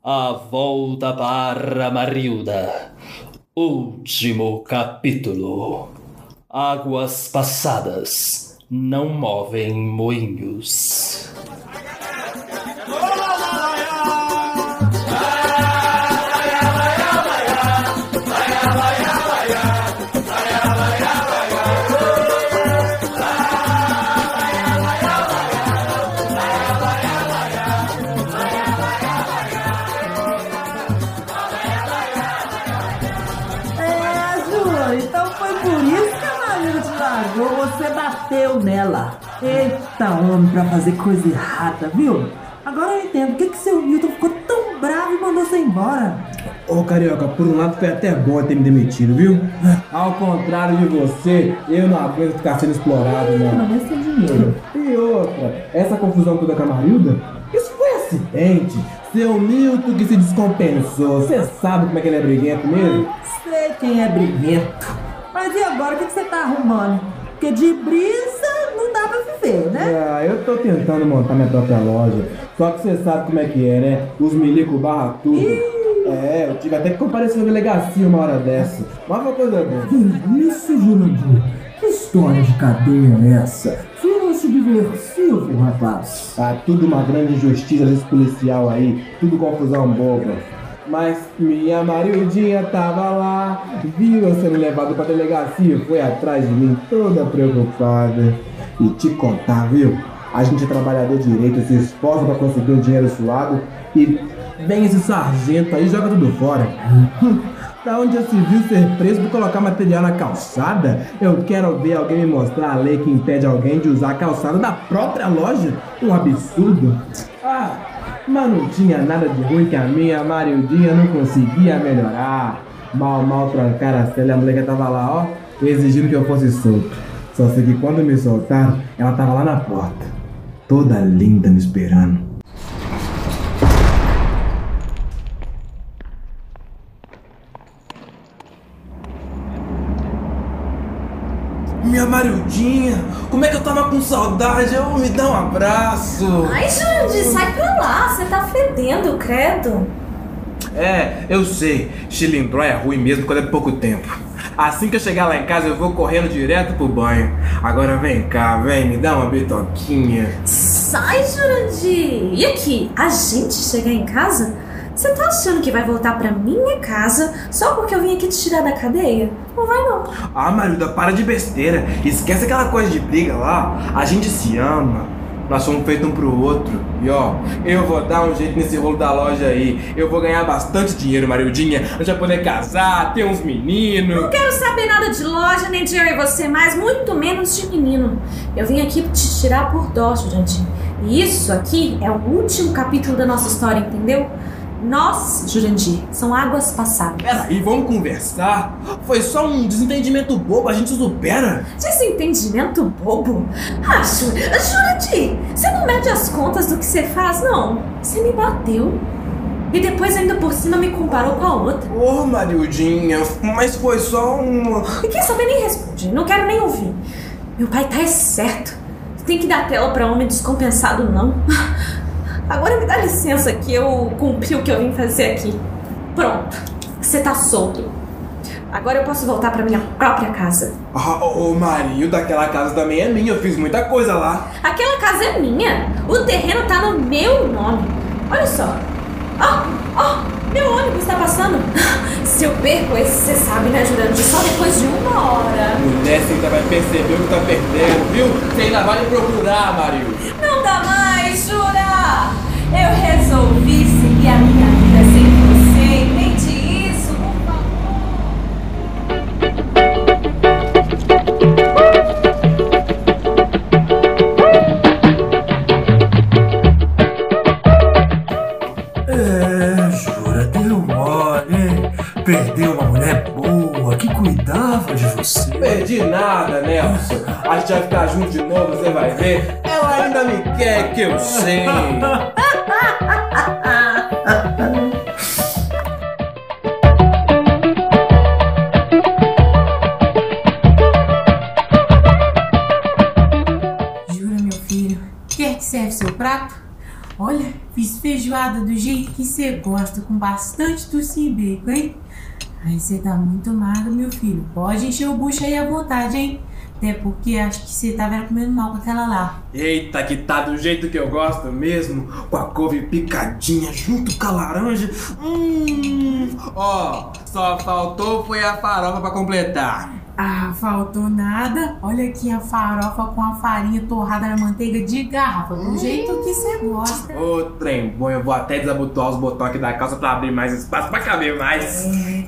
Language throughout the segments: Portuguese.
A volta para Marilda. Último capítulo. Águas passadas não movem moinhos. Então foi por isso que a Marilda te largou, você bateu nela. Eita homem pra fazer coisa errada, viu? Agora eu entendo por que seu Milton ficou tão bravo e mandou você embora. Ô Carioca, por um lado foi até bom ter me demitido, viu? Ao contrário de você, eu não aguento ficar sendo explorado, não. Mas esse é dinheiro. E outra, essa confusão toda com a Marilda, isso foi acidente. Seu Milton que se descompensou. Você sabe como é que ele é briguento mesmo? Sei quem é briguento. Mas e agora o que você tá arrumando? Porque de brisa não dá pra viver, né? Eu tô tentando montar minha própria loja. Só que você sabe como é que é, né? Os milico barra tudo. Eu tive até que comparecer na delegacia uma hora dessa. Mas uma coisa boa. Isso, Jurandir? Que história de cadeia é essa? Foi subversivo, rapaz. Tudo uma grande injustiça desse policial aí. Tudo confusão boba. Mas minha Marildinha tava lá, viu eu sendo levado pra delegacia, foi atrás de mim toda preocupada. E te contar, viu? A gente é trabalhador direito, se esforça pra conseguir um dinheiro suado e vem esse sargento aí e joga tudo fora. Da onde já se viu ser preso por colocar material na calçada? Eu quero ver alguém me mostrar a lei que impede alguém de usar a calçada da própria loja. Um absurdo. Mas não tinha nada de ruim que a minha Marildinha não conseguia melhorar. Mal trancaram a cela e a moleque tava lá, ó, exigindo que eu fosse solto. Só sei que quando me soltaram, ela tava lá na porta, toda linda me esperando. Minha Marildinha, como é que eu tava com saudade? Me dá um abraço. Ai, Jurandir, sai pra lá, você tá fedendo, credo. Eu sei, chilindró é ruim mesmo quando é pouco tempo. Assim que eu chegar lá em casa eu vou correndo direto pro banho. Agora vem cá, vem, me dá uma bitoquinha. Sai, Jurandir. E aqui, a gente chegar em casa? Você tá achando que vai voltar pra minha casa só porque eu vim aqui te tirar da cadeia? Não vai não. Marilda, para de besteira. Esquece aquela coisa de briga lá. A gente se ama. Nós somos feitos um pro outro. E eu vou dar um jeito nesse rolo da loja aí. Eu vou ganhar bastante dinheiro, Marildinha. A gente vai poder casar, ter uns meninos. Não quero saber nada de loja, nem de eu e você mais, muito menos de menino. Eu vim aqui te tirar por dó, Jurandir. E isso aqui é o último capítulo da nossa história, entendeu? Nós, Jurandir, são águas passadas. Peraí, vamos conversar? Foi só um desentendimento bobo, a gente supera. Desentendimento bobo? Jurandir, você não mede as contas do que você faz, não. Você me bateu. E depois ainda por cima me comparou com a outra. Marildinha, mas foi só um... E quer saber, nem responde, não quero nem ouvir. Meu pai tá certo. Tem que dar tela pra homem descompensado, não. Agora me dá licença que eu cumpri o que eu vim fazer aqui. Pronto, você tá solto. Agora eu posso voltar pra minha própria casa. Marilda, aquela casa também é minha, eu fiz muita coisa lá. Aquela casa é minha. O terreno tá no meu nome. Olha só. Meu ônibus tá passando. Se eu perco esse, você sabe, né, Jurandir? Só depois de 1 hora. Mulher, você ainda vai perceber o que tá perdendo, viu? Você ainda vai me procurar, Marilda. Não dá mais, jura? Eu resolvi seguir a minha vida sem você. Entende isso, por favor. Jura, deu mole. Perdeu uma mulher boa que cuidava de você. Perdi nada, Nelson. A gente vai ficar junto de novo, você vai ver. Ela ainda me quer, que eu sei. Jura, meu filho? Quer que serve seu prato? Olha, fiz feio. feijoada do jeito que você gosta, com bastante tocinho e bacon, hein? Aí você tá muito magro, meu filho. Pode encher o bucho aí à vontade, hein? Até porque acho que você tava comendo mal com aquela lá. Eita, que tá do jeito que eu gosto mesmo, com a couve picadinha junto com a laranja. Ó, só faltou foi a farofa pra completar. Ah, faltou nada. Olha aqui a farofa com a farinha torrada na manteiga de garrafa, do jeito que você gosta. Ô, trem bom, eu vou até desabotoar os botões aqui da calça pra abrir mais espaço, pra caber mais.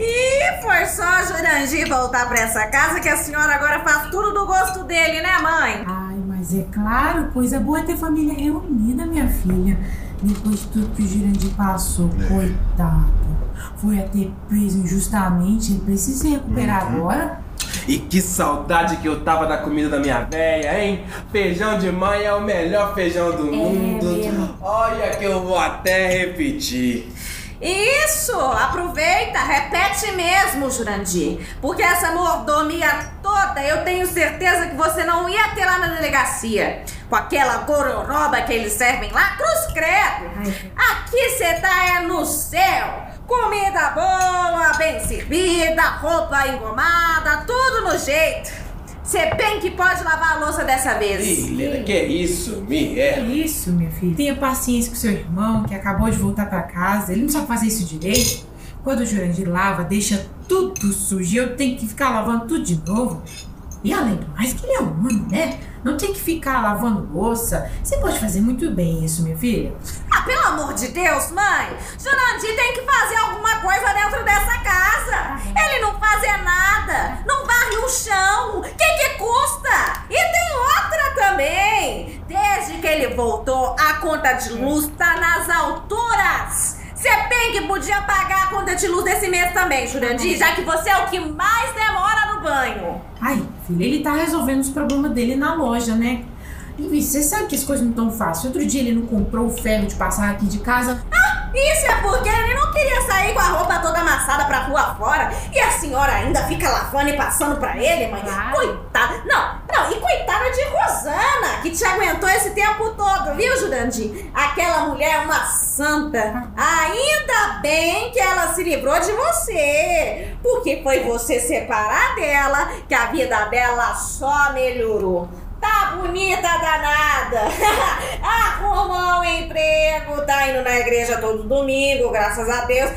E foi só a Jurandir voltar pra essa casa que a senhora agora faz tudo do gosto dele, né, mãe? Ai, mas é claro, coisa boa é ter família reunida, minha filha. Depois de tudo que o Jurandir passou, coitado. Foi até preso injustamente, ele precisa se recuperar agora. E que saudade que eu tava da comida da minha véia, hein? Feijão de mãe é o melhor feijão do mundo. Mesmo. Olha que eu vou até repetir. Isso! Aproveita, repete mesmo, Jurandir. Porque essa mordomia toda eu tenho certeza que você não ia ter lá na delegacia. Com aquela gororoba que eles servem lá, cruz credo. Aqui você tá é no céu. Comida boa, bem servida, roupa engomada, tudo no jeito. Você bem que pode lavar a louça dessa vez. Ih, Lena, que isso? É isso, minha filha. Tenha paciência com seu irmão, que acabou de voltar pra casa. Ele não sabe fazer isso direito. Quando o Jurandir lava, deixa tudo sujo. Eu tenho que ficar lavando tudo de novo. E além do mais, que ele é humano, né? Não tem que ficar lavando louça. Você pode fazer muito bem isso, minha filha. Ah, pelo amor de Deus, mãe! Jurandir tem que fazer alguma coisa dentro dessa casa. Ele não fazer nada, não varre o chão. Que custa? E tem outra também. Desde que ele voltou, a conta de luz tá nas alturas. Você bem que podia pagar a conta de luz desse mês também, Jurandir, já que você é o que mais demora no banho. Ai, filha, ele tá resolvendo os problemas dele na loja, né? E você sabe que as coisas não tão fáceis. Outro dia ele não comprou o ferro de passar aqui de casa. Isso é porque ele não queria sair com a roupa toda amassada pra rua fora. E a senhora ainda fica lavando e passando pra ele, mãe. Claro. Coitada. Não, e coitada de Rosana, que te aguentou esse tempo todo, viu, Jurandir? Aquela mulher é uma santa. Ainda bem que ela se livrou de você. Porque foi você separar dela que a vida dela só melhorou. Tá bonita danada. Arrumou um emprego, tá indo na igreja todo domingo, graças a Deus.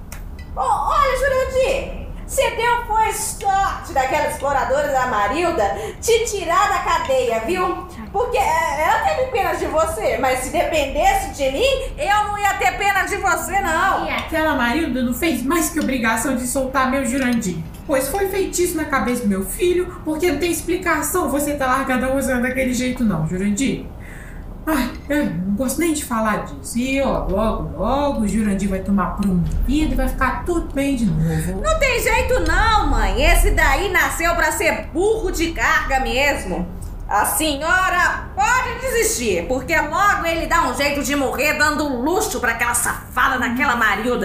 Olha, Jurandir, você deu foi sorte daquela exploradora da Marilda te tirar da cadeia, viu? Porque ela teve pena de você, mas se dependesse de mim, eu não ia ter pena de você, não. E aquela Marilda não fez mais que obrigação de soltar meu Jurandir. Pois foi feitiço na cabeça do meu filho, porque não tem explicação você tá largando a Rosana daquele jeito não, Jurandir. Ai, eu não gosto nem de falar disso. E ó, logo o Jurandir vai tomar prumo de vida e vai ficar tudo bem de novo. Não tem jeito não, mãe. Esse daí nasceu pra ser burro de carga mesmo. A senhora pode desistir, porque logo ele dá um jeito de morrer dando luxo pra aquela safada daquela Marilda.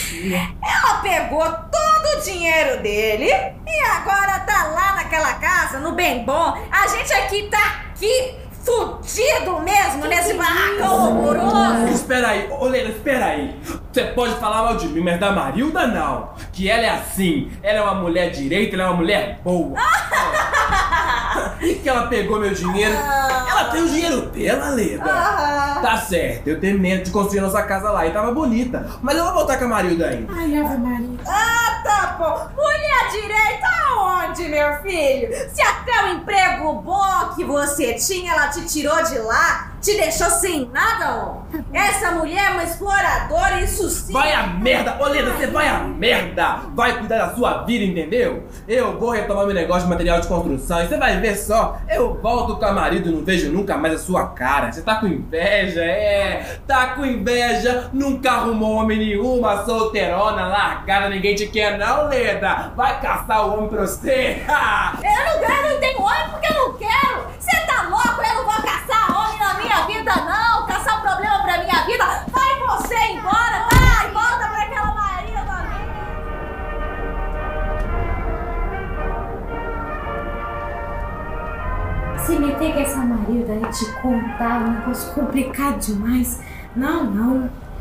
Ela pegou todo o dinheiro dele e agora tá lá naquela casa, no bem bom. A gente aqui tá fudido mesmo nesse barracão horroroso. Espera aí, ô Lena, espera aí. Você pode falar mal de mim, mas da Marilda não. Que ela é assim, ela é uma mulher direita, ela é uma mulher boa. Que ela pegou meu dinheiro. Ela tem o dinheiro dela, Leda. Tá certo, eu tenho medo de construir nossa casa lá e tava bonita. Mas eu vou voltar com a Marilda ainda. Ai, Ave Maria. Ah, tá bom. Mulher direita aonde, meu filho? Se até o emprego bom que você tinha, ela te tirou de lá, te deixou sem nada, ó. Essa mulher é uma exploradora, isso sim. Vai a merda, ô Leda, você vai a merda. Vai cuidar da sua vida, entendeu? Eu vou retomar meu negócio de material de construção e você vai ver só. Eu volto com a marido e não vejo nunca mais a sua cara. Você tá com inveja, tá com inveja. Nunca arrumou homem nenhuma, solteirona, largada, ninguém te quer não, Leda. Vai caçar o homem pra você. Eu não tenho homem porque eu não quero. Você tá louco? Eu não vou caçar homem na minha vida, não. Caçar problema pra minha vida. Vai você embora, vai. Volta pra aquela Maria da minha. Se meter com essa Marilda e te contar um negócio complicado demais. Não.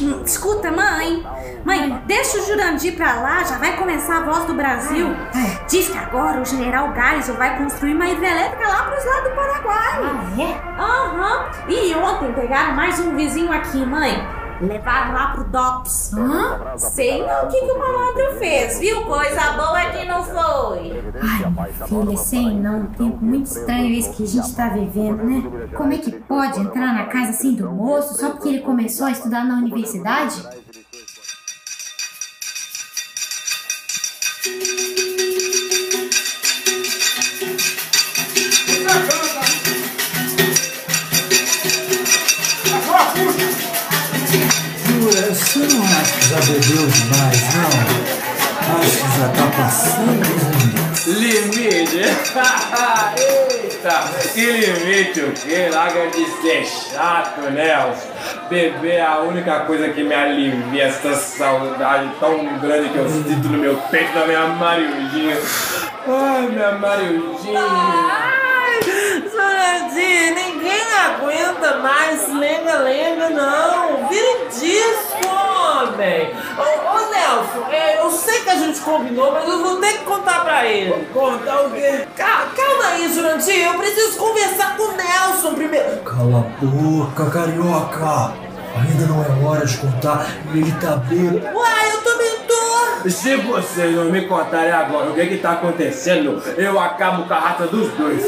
Escuta, mãe. Mãe, deixa o Jurandir pra lá, já vai começar a Voz do Brasil. Diz que agora o general Geisel vai construir uma hidrelétrica lá pros lados do Paraguai. Aham. E ontem pegaram mais um vizinho aqui, mãe. Levaram lá pro DOPS. Sei não o que o malandro fez, viu? Coisa boa que não foi. Ai, filha, sei não. Um tempo muito estranho esse que a gente tá vivendo, né? Como é que pode entrar na casa assim do moço só porque ele começou a estudar na universidade? Você não acha que já bebeu demais, não? Acho que já tá passando dos limites. Limite? Eita, que limite o quê? Larga de ser chato, Nelson. Beber é a única coisa que me alivia essa saudade tão grande que eu sinto no meu peito da minha Mariudinha. Ai, minha Mariudinha. Jurandir, ninguém aguenta mais lenga-lenga, não. Vira disco, homem. Ô, Nelson, eu sei que a gente combinou, mas eu vou ter que contar pra ele. Contar o quê? Calma aí, Jurandir, eu preciso conversar com o Nelson primeiro. Cala a boca, carioca. Ainda não é hora de contar e ele tá bêbado. Uai, eu também tô. Se vocês não me contarem agora o que tá acontecendo, eu acabo com a raça dos dois.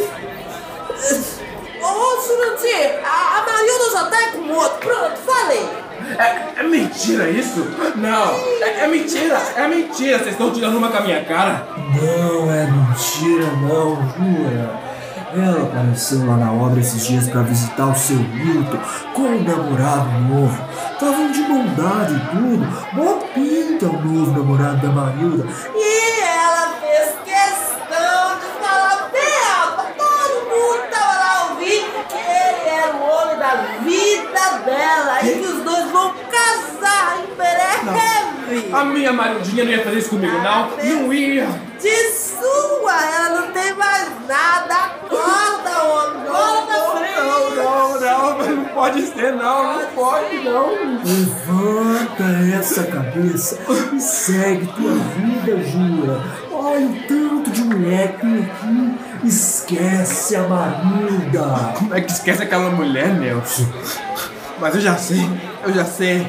Ô, Jurandir, a Marilda já tá com outro. Pronto, falei. É mentira isso? Não, é mentira, vocês estão tirando uma com a minha cara. Não é mentira, não, jura? Ela apareceu lá na obra esses dias pra visitar o seu Milton com um namorado novo. Estavam de bondade e tudo. Boa pinta o novo namorado da Marilda. E ela fez questão de falar bem alto. Todo mundo tava lá ouvindo que ele era o homem da vida dela e que os dois vão casar em breve. A minha Marildinha não ia fazer isso comigo, não? Não ia. De sua, ela não tem mais nada. Acorda, homem. Bola pra frente. Não, mas não pode ser, não pode, não. Levanta essa cabeça e segue tua vida, jura. Olha o tanto de mulher que tem aqui. Esquece a Marilda. Como é que esquece aquela mulher, Nelson? Mas eu já sei.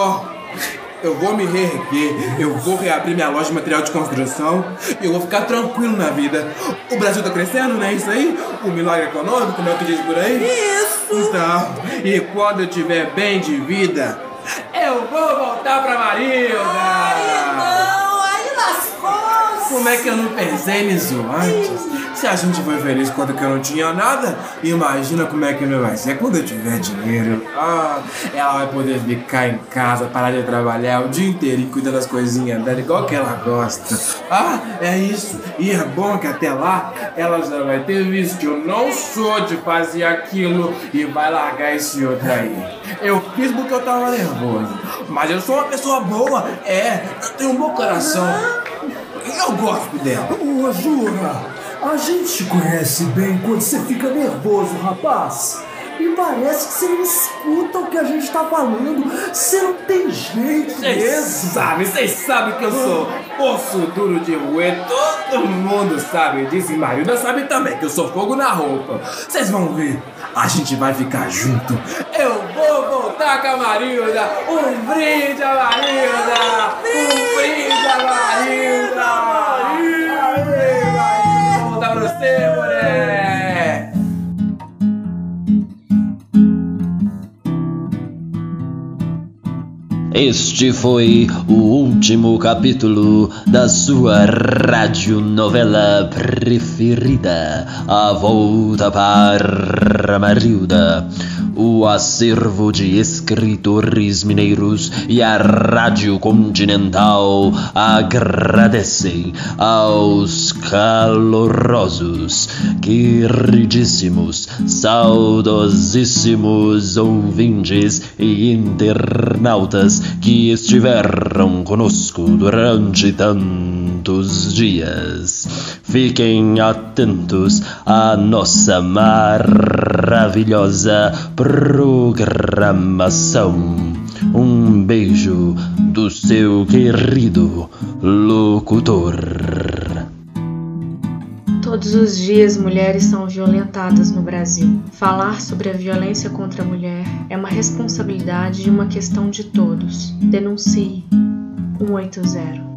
Eu vou me reerguer, eu vou reabrir minha loja de material de construção e eu vou ficar tranquilo na vida. O Brasil tá crescendo, não é isso aí? O milagre econômico, não é o que diz por aí? Isso. Então, e quando eu tiver bem de vida, eu vou voltar pra Marilda! Ai, não, aí lascou-se. Como é que eu não pensei nisso antes? Se a gente foi feliz quando eu não tinha nada, imagina como é que não vai ser quando eu tiver dinheiro. Ela vai poder ficar em casa, parar de trabalhar o dia inteiro e cuidar das coisinhas dela igual que ela gosta. É isso. E é bom que até lá ela já vai ter visto que eu não sou de fazer aquilo e vai largar esse outro aí. Eu fiz porque eu tava nervoso, mas eu sou uma pessoa boa. Eu tenho um bom coração. Eu gosto dela. Ô, jura? A gente te conhece bem quando você fica nervoso, rapaz. E parece que você não escuta o que a gente tá falando. Você não tem jeito mesmo. Vocês sabem que eu sou osso duro de roer. Todo mundo sabe disso. E Marilda sabe também que eu sou fogo na roupa. Vocês vão ver. A gente vai ficar junto. Eu vou voltar com a Marilda. Um brinde a Marilda. Um brinde a Marilda. Vou voltar pra você, mulher. Este foi o último capítulo da sua radionovela preferida, A Volta para Marilda. O acervo de escritores mineiros e a Rádio Continental agradecem aos calorosos, queridíssimos, saudosíssimos ouvintes e internautas que estiveram conosco durante tantos dias. Fiquem atentos à nossa maravilhosa programação. Um beijo do seu querido locutor. Todos os dias mulheres são violentadas no Brasil. Falar sobre a violência contra a mulher é uma responsabilidade e uma questão de todos. Denuncie 180.